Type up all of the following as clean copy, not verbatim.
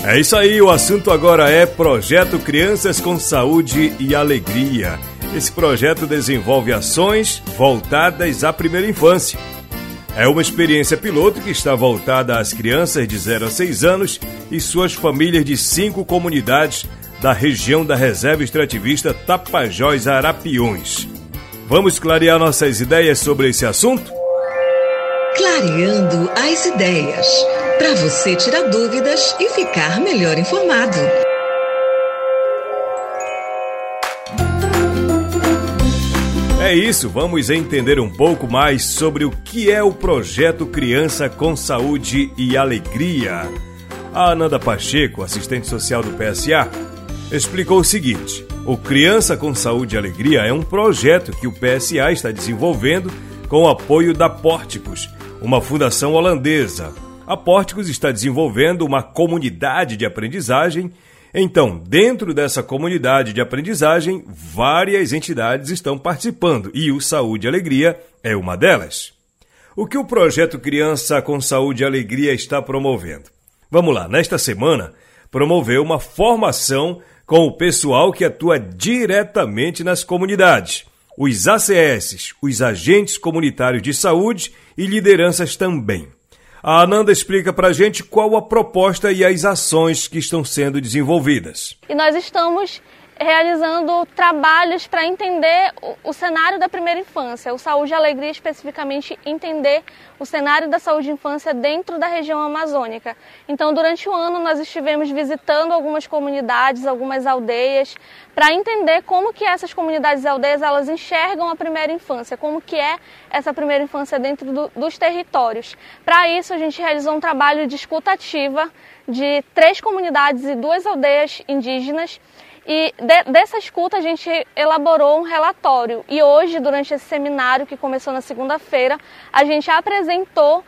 É isso aí, o assunto agora é Projeto Crianças com Saúde e Alegria. Esse projeto desenvolve ações voltadas à primeira infância. É uma experiência piloto que está voltada às crianças de 0 a 6 anos e suas famílias de 5 comunidades da região da Reserva Extrativista Tapajós Arapiuns. Vamos clarear nossas ideias sobre esse assunto? Clareando as ideias, para você tirar dúvidas e ficar melhor informado. É isso, vamos entender um pouco mais sobre o que é o Projeto Criança com Saúde e Alegria. A Ananda Pacheco, assistente social do PSA, explicou o seguinte: o Criança com Saúde e Alegria é um projeto que o PSA está desenvolvendo com o apoio da Pórticos, uma fundação holandesa. A Pórticos está desenvolvendo uma comunidade de aprendizagem. Então, dentro dessa comunidade de aprendizagem, várias entidades estão participando e o Saúde e Alegria é uma delas. O que o Projeto Criança com Saúde e Alegria está promovendo? Vamos lá, nesta semana, promoveu uma formação com o pessoal que atua diretamente nas comunidades, os ACS, os Agentes Comunitários de Saúde e lideranças também. A Ananda explica pra gente qual a proposta e as ações que estão sendo desenvolvidas. E nós estamos realizando trabalhos para entender o cenário da primeira infância, o Saúde e Alegria especificamente entender o cenário da saúde e infância dentro da região amazônica. Então, durante o ano, nós estivemos visitando algumas comunidades, algumas aldeias, para entender como que essas comunidades e aldeias elas enxergam a primeira infância, como que é essa primeira infância dentro dos territórios. Para isso, a gente realizou um trabalho de escuta ativa de 3 comunidades e 2 aldeias indígenas. E dessa escuta a gente elaborou um relatório e hoje, durante esse seminário que começou na segunda-feira, a gente apresentou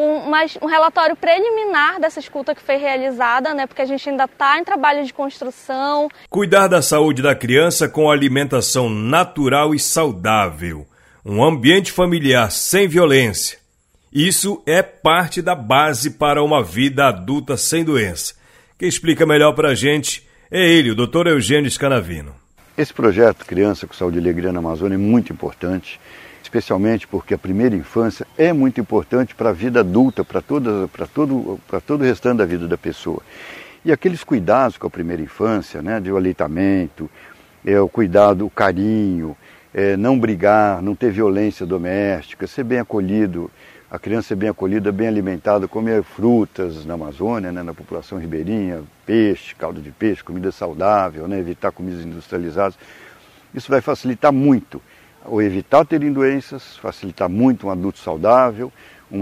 um relatório preliminar dessa escuta que foi realizada, né, porque a gente ainda está em trabalho de construção. Cuidar da saúde da criança com alimentação natural e saudável, um ambiente familiar sem violência. Isso é parte da base para uma vida adulta sem doença. Quem explica melhor para a gente é ele, o Dr. Eugênio Scanavino. Esse projeto Criança com Saúde e Alegria na Amazônia é muito importante, especialmente porque a primeira infância é muito importante para a vida adulta, para todo o restante da vida da pessoa. E aqueles cuidados com a primeira infância, né, de aleitamento, o cuidado, o carinho, não brigar, não ter violência doméstica, ser bem acolhido, a criança ser bem acolhida, bem alimentada, comer frutas na Amazônia, né, na população ribeirinha, peixe, caldo de peixe, comida saudável, né, evitar comidas industrializadas. Isso vai facilitar muito, ou evitar terem doenças, facilitar muito um adulto saudável,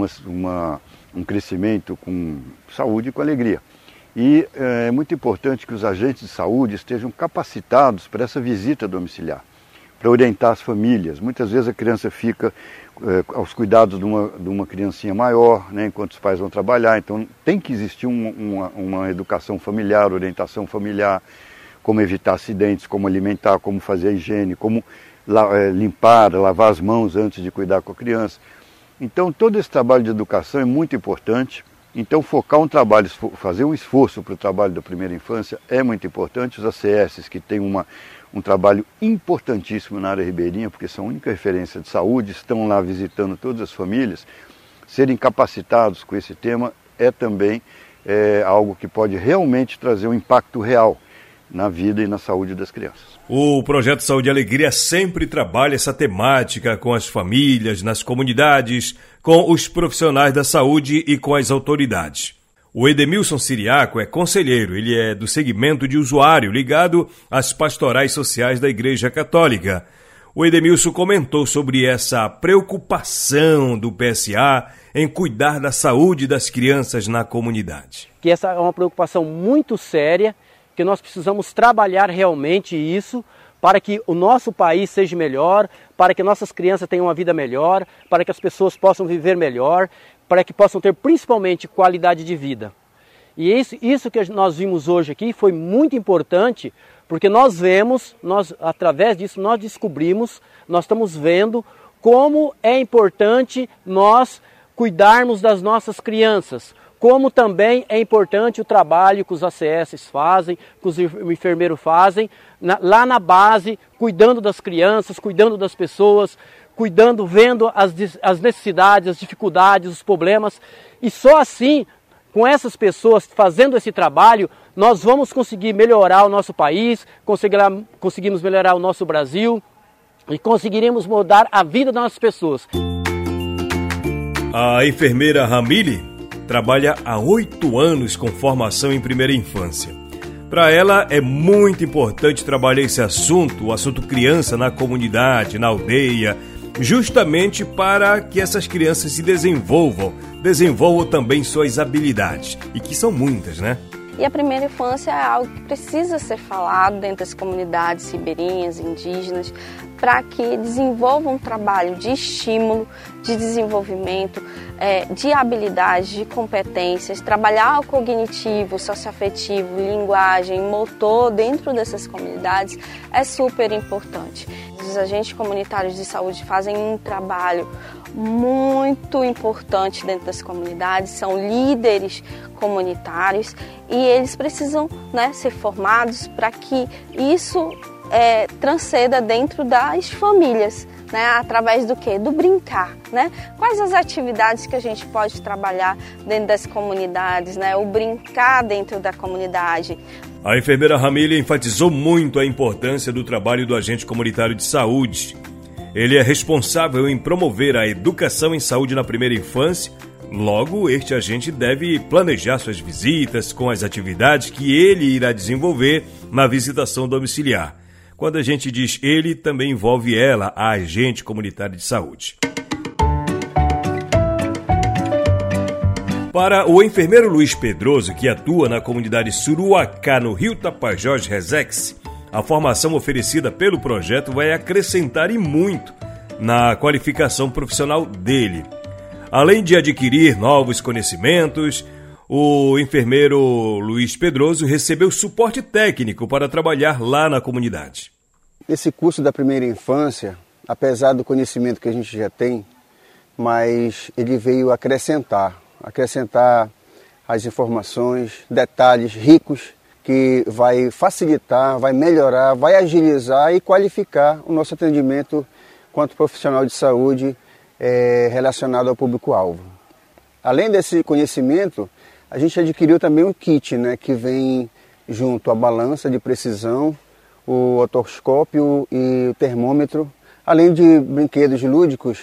um crescimento com saúde e com alegria. E é muito importante que os agentes de saúde estejam capacitados para essa visita domiciliar, para orientar as famílias. Muitas vezes a criança fica aos cuidados de uma criancinha maior, né, enquanto os pais vão trabalhar. Então tem que existir uma educação familiar, orientação familiar, como evitar acidentes, como alimentar, como fazer a higiene, como limpar, lavar as mãos antes de cuidar com a criança. Então todo esse trabalho de educação é muito importante. Então focar um trabalho, fazer um esforço para o trabalho da primeira infância é muito importante. Os ACS, que têm um trabalho importantíssimo na área ribeirinha, porque são a única referência de saúde, estão lá visitando todas as famílias, serem capacitados com esse tema é também algo que pode realmente trazer um impacto real na vida e na saúde das crianças. O Projeto Saúde e Alegria sempre trabalha essa temática com as famílias, nas comunidades, com os profissionais da saúde e com as autoridades. O Edemilson Siriaco é conselheiro, ele é do segmento de usuário ligado às pastorais sociais da Igreja Católica. O Edemilson comentou sobre essa preocupação do PSA em cuidar da saúde das crianças na comunidade. Que essa é uma preocupação muito séria, que nós precisamos trabalhar realmente isso para que o nosso país seja melhor, para que nossas crianças tenham uma vida melhor, para que as pessoas possam viver melhor, para que possam ter principalmente qualidade de vida. E isso que nós vimos hoje aqui foi muito importante, porque através disso nós descobrimos, nós estamos vendo como é importante nós cuidarmos das nossas crianças, como também é importante o trabalho que os ACS fazem, que os enfermeiros fazem, lá na base, cuidando das crianças, cuidando das pessoas, cuidando, vendo as necessidades, as dificuldades, os problemas. E só assim, com essas pessoas fazendo esse trabalho, nós vamos conseguir melhorar o nosso país, conseguimos melhorar o nosso Brasil e conseguiremos mudar a vida das pessoas. A enfermeira Ramile trabalha há 8 anos com formação em primeira infância. Para ela é muito importante trabalhar esse assunto, o assunto criança na comunidade, na aldeia, justamente para que essas crianças se desenvolvam também suas habilidades, e que são muitas, né? E a primeira infância é algo que precisa ser falado dentro das comunidades ribeirinhas, indígenas, para que desenvolvam um trabalho de estímulo, de desenvolvimento, de habilidades, de competências, trabalhar o cognitivo, socioafetivo, linguagem, motor dentro dessas comunidades é super importante. Os agentes comunitários de saúde fazem um trabalho muito importante dentro das comunidades, são líderes comunitários e eles precisam, né, ser formados para que isso transcenda dentro das famílias, né, através do quê? Do brincar, né? Quais as atividades que a gente pode trabalhar dentro das comunidades, né? O brincar dentro da comunidade. A enfermeira Ramile enfatizou muito a importância do trabalho do agente comunitário de saúde. Ele é responsável em promover a educação em saúde na primeira infância. Logo, este agente deve planejar suas visitas com as atividades que ele irá desenvolver na visitação domiciliar. Quando a gente diz ele, também envolve ela, a agente comunitária de saúde. Para o enfermeiro Luiz Pedroso, que atua na comunidade Suruacá, no Rio Tapajós Resex, a formação oferecida pelo projeto vai acrescentar e muito na qualificação profissional dele. Além de adquirir novos conhecimentos, o enfermeiro Luiz Pedroso recebeu suporte técnico para trabalhar lá na comunidade. Esse curso da primeira infância, apesar do conhecimento que a gente já tem, mas ele veio acrescentar as informações, detalhes ricos que vai facilitar, vai melhorar, vai agilizar e qualificar o nosso atendimento quanto profissional de saúde relacionado ao público-alvo. Além desse conhecimento, a gente adquiriu também um kit, né, que vem junto à balança de precisão, o otoscópio e o termômetro, além de brinquedos lúdicos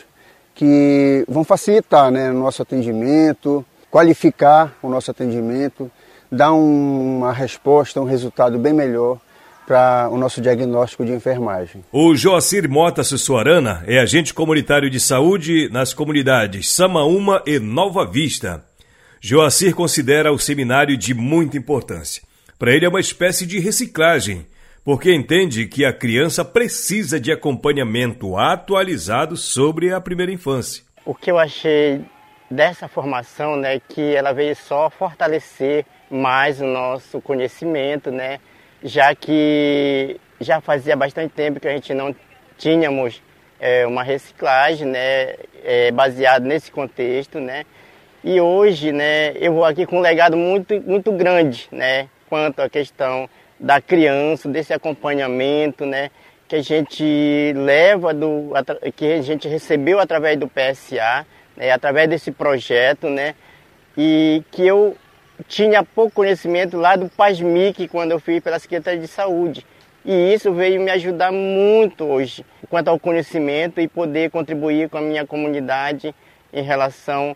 que vão facilitar, né, o nosso atendimento, qualificar o nosso atendimento, dar uma resposta, um resultado bem melhor para o nosso diagnóstico de enfermagem. O Joacir Mota Sussuarana é agente comunitário de saúde nas comunidades Samaúma e Nova Vista. Joacir considera o seminário de muita importância. Para ele é uma espécie de reciclagem, porque entende que a criança precisa de acompanhamento atualizado sobre a primeira infância. O que eu achei dessa formação, né, que ela veio só fortalecer mais o nosso conhecimento, né, já que já fazia bastante tempo que a gente não tínhamos uma reciclagem, né, baseado nesse contexto, né, e hoje, né, eu vou aqui com um legado muito grande, né, quanto à questão da criança, desse acompanhamento, né, que a gente leva, que a gente recebeu através do PSA, né, através desse projeto, né, e que eu tinha pouco conhecimento lá do PASMIC quando eu fui pela Secretaria de Saúde. E isso veio me ajudar muito hoje, quanto ao conhecimento e poder contribuir com a minha comunidade em relação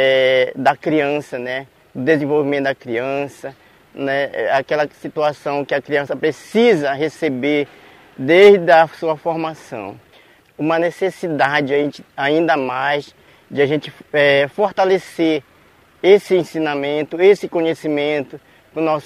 da criança, né, do desenvolvimento da criança, né, aquela situação que a criança precisa receber desde a sua formação. Uma necessidade ainda mais de a gente fortalecer esse ensinamento, esse conhecimento para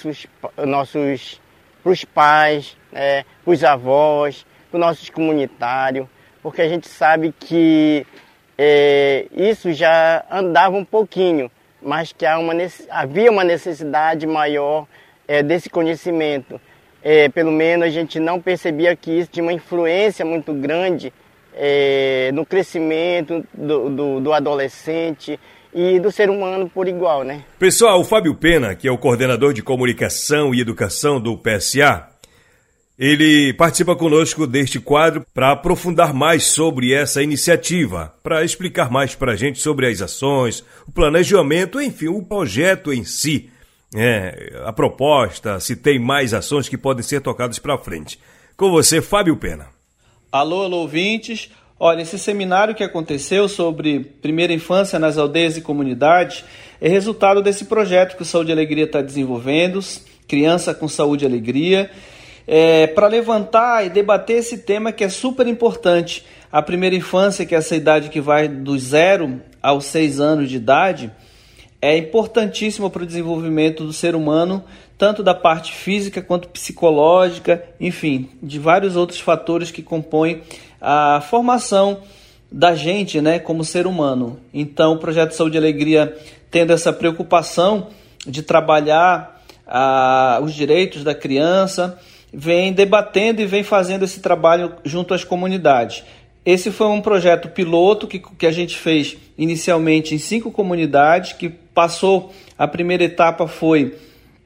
os pais, para os avós, para os nossos comunitários, porque a gente sabe que isso já andava um pouquinho, mas que havia uma necessidade maior desse conhecimento. Pelo menos a gente não percebia que isso tinha uma influência muito grande no crescimento do adolescente e do ser humano por igual, né? Pessoal, o Fábio Pena, que é o coordenador de comunicação e educação do PSA, ele participa conosco deste quadro para aprofundar mais sobre essa iniciativa, para explicar mais para a gente sobre as ações, o planejamento, enfim, o projeto em si, a proposta, se tem mais ações que podem ser tocadas para frente. Com você, Fábio Pena. Alô, ouvintes. Olha, esse seminário que aconteceu sobre primeira infância nas aldeias e comunidades é resultado desse projeto que o Saúde e Alegria está desenvolvendo, Criança com Saúde e Alegria, para levantar e debater esse tema que é super importante. A primeira infância, que é essa idade que vai dos 0 aos 6 anos de idade, é importantíssima para o desenvolvimento do ser humano, tanto da parte física quanto psicológica, enfim, de vários outros fatores que compõem a formação da gente, né, como ser humano. Então, o Projeto Saúde e Alegria, tendo essa preocupação de trabalhar os direitos da criança, vem debatendo e vem fazendo esse trabalho junto às comunidades. Esse foi um projeto piloto que a gente fez inicialmente em 5 comunidades, que passou, a primeira etapa foi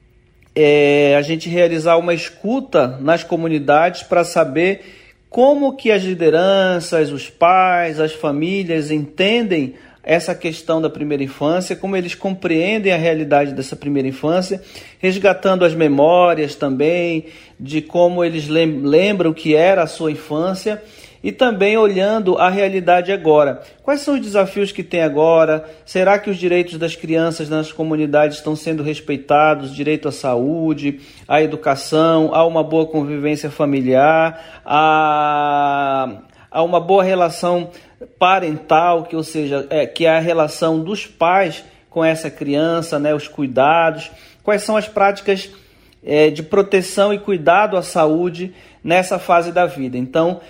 a gente realizar uma escuta nas comunidades para saber como que as lideranças, os pais, as famílias entendem essa questão da primeira infância, como eles compreendem a realidade dessa primeira infância, resgatando as memórias também de como eles lembram que era a sua infância e também olhando a realidade agora. Quais são os desafios que tem agora? Será que os direitos das crianças nas comunidades estão sendo respeitados? Direito à saúde, à educação, a uma boa convivência familiar, a uma boa relação parental, que é a relação dos pais com essa criança, né, os cuidados. Quais são as práticas de proteção e cuidado à saúde nessa fase da vida? Então,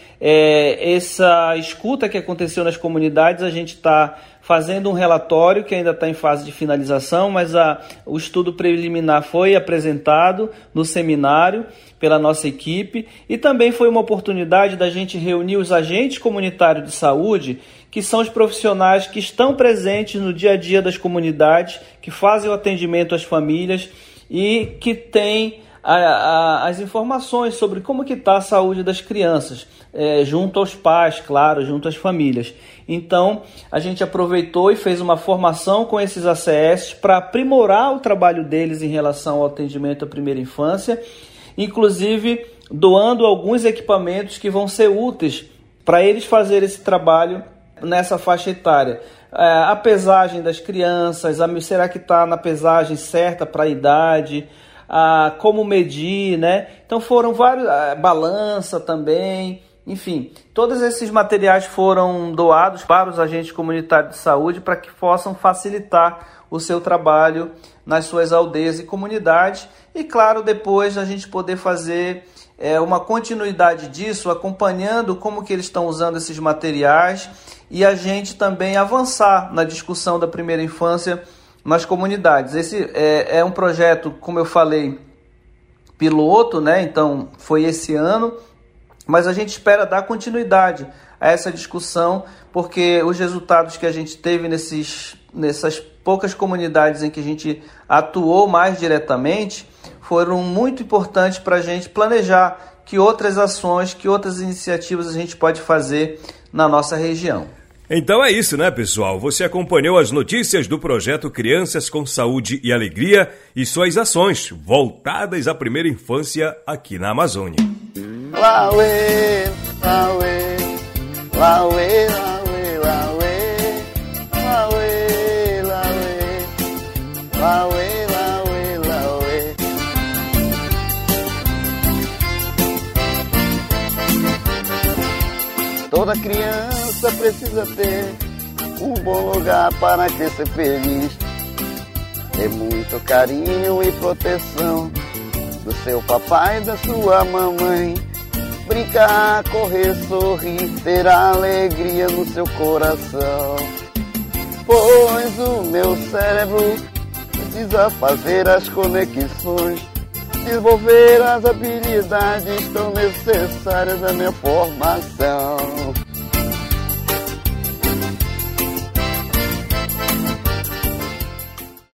essa escuta que aconteceu nas comunidades, a gente está fazendo um relatório que ainda está em fase de finalização, mas o estudo preliminar foi apresentado no seminário pela nossa equipe e também foi uma oportunidade da gente reunir os agentes comunitários de saúde, que são os profissionais que estão presentes no dia a dia das comunidades, que fazem o atendimento às famílias e que têm as informações sobre como que está a saúde das crianças, junto aos pais, claro, junto às famílias. Então, a gente aproveitou e fez uma formação com esses ACS para aprimorar o trabalho deles em relação ao atendimento à primeira infância, inclusive doando alguns equipamentos que vão ser úteis para eles fazerem esse trabalho nessa faixa etária. A pesagem das crianças, será que está na pesagem certa para a idade, como medir, né? Então foram vários, balança também, enfim, todos esses materiais foram doados para os agentes comunitários de saúde para que possam facilitar o seu trabalho nas suas aldeias e comunidades e, claro, depois a gente poder fazer uma continuidade disso, acompanhando como que eles estão usando esses materiais e a gente também avançar na discussão da primeira infância nas comunidades. Esse é um projeto, como eu falei, piloto, né? Então foi esse ano, mas a gente espera dar continuidade a essa discussão, porque os resultados que a gente teve nessas poucas comunidades em que a gente atuou mais diretamente foram muito importantes para a gente planejar que outras ações, que outras iniciativas a gente pode fazer na nossa região. Então é isso, né, pessoal? Você acompanhou as notícias do projeto Crianças com Saúde e Alegria e suas ações voltadas à primeira infância aqui na Amazônia. Lauê, lauê, lauê, lauê, lauê, lauê, lauê, lauê, lauê, lauê. Toda criança precisa ter um bom lugar para crescer feliz. Ter muito carinho e proteção do seu papai e da sua mamãe. Brincar, correr, sorrir, ter alegria no seu coração. Pois o meu cérebro precisa fazer as conexões, desenvolver as habilidades tão necessárias da minha formação.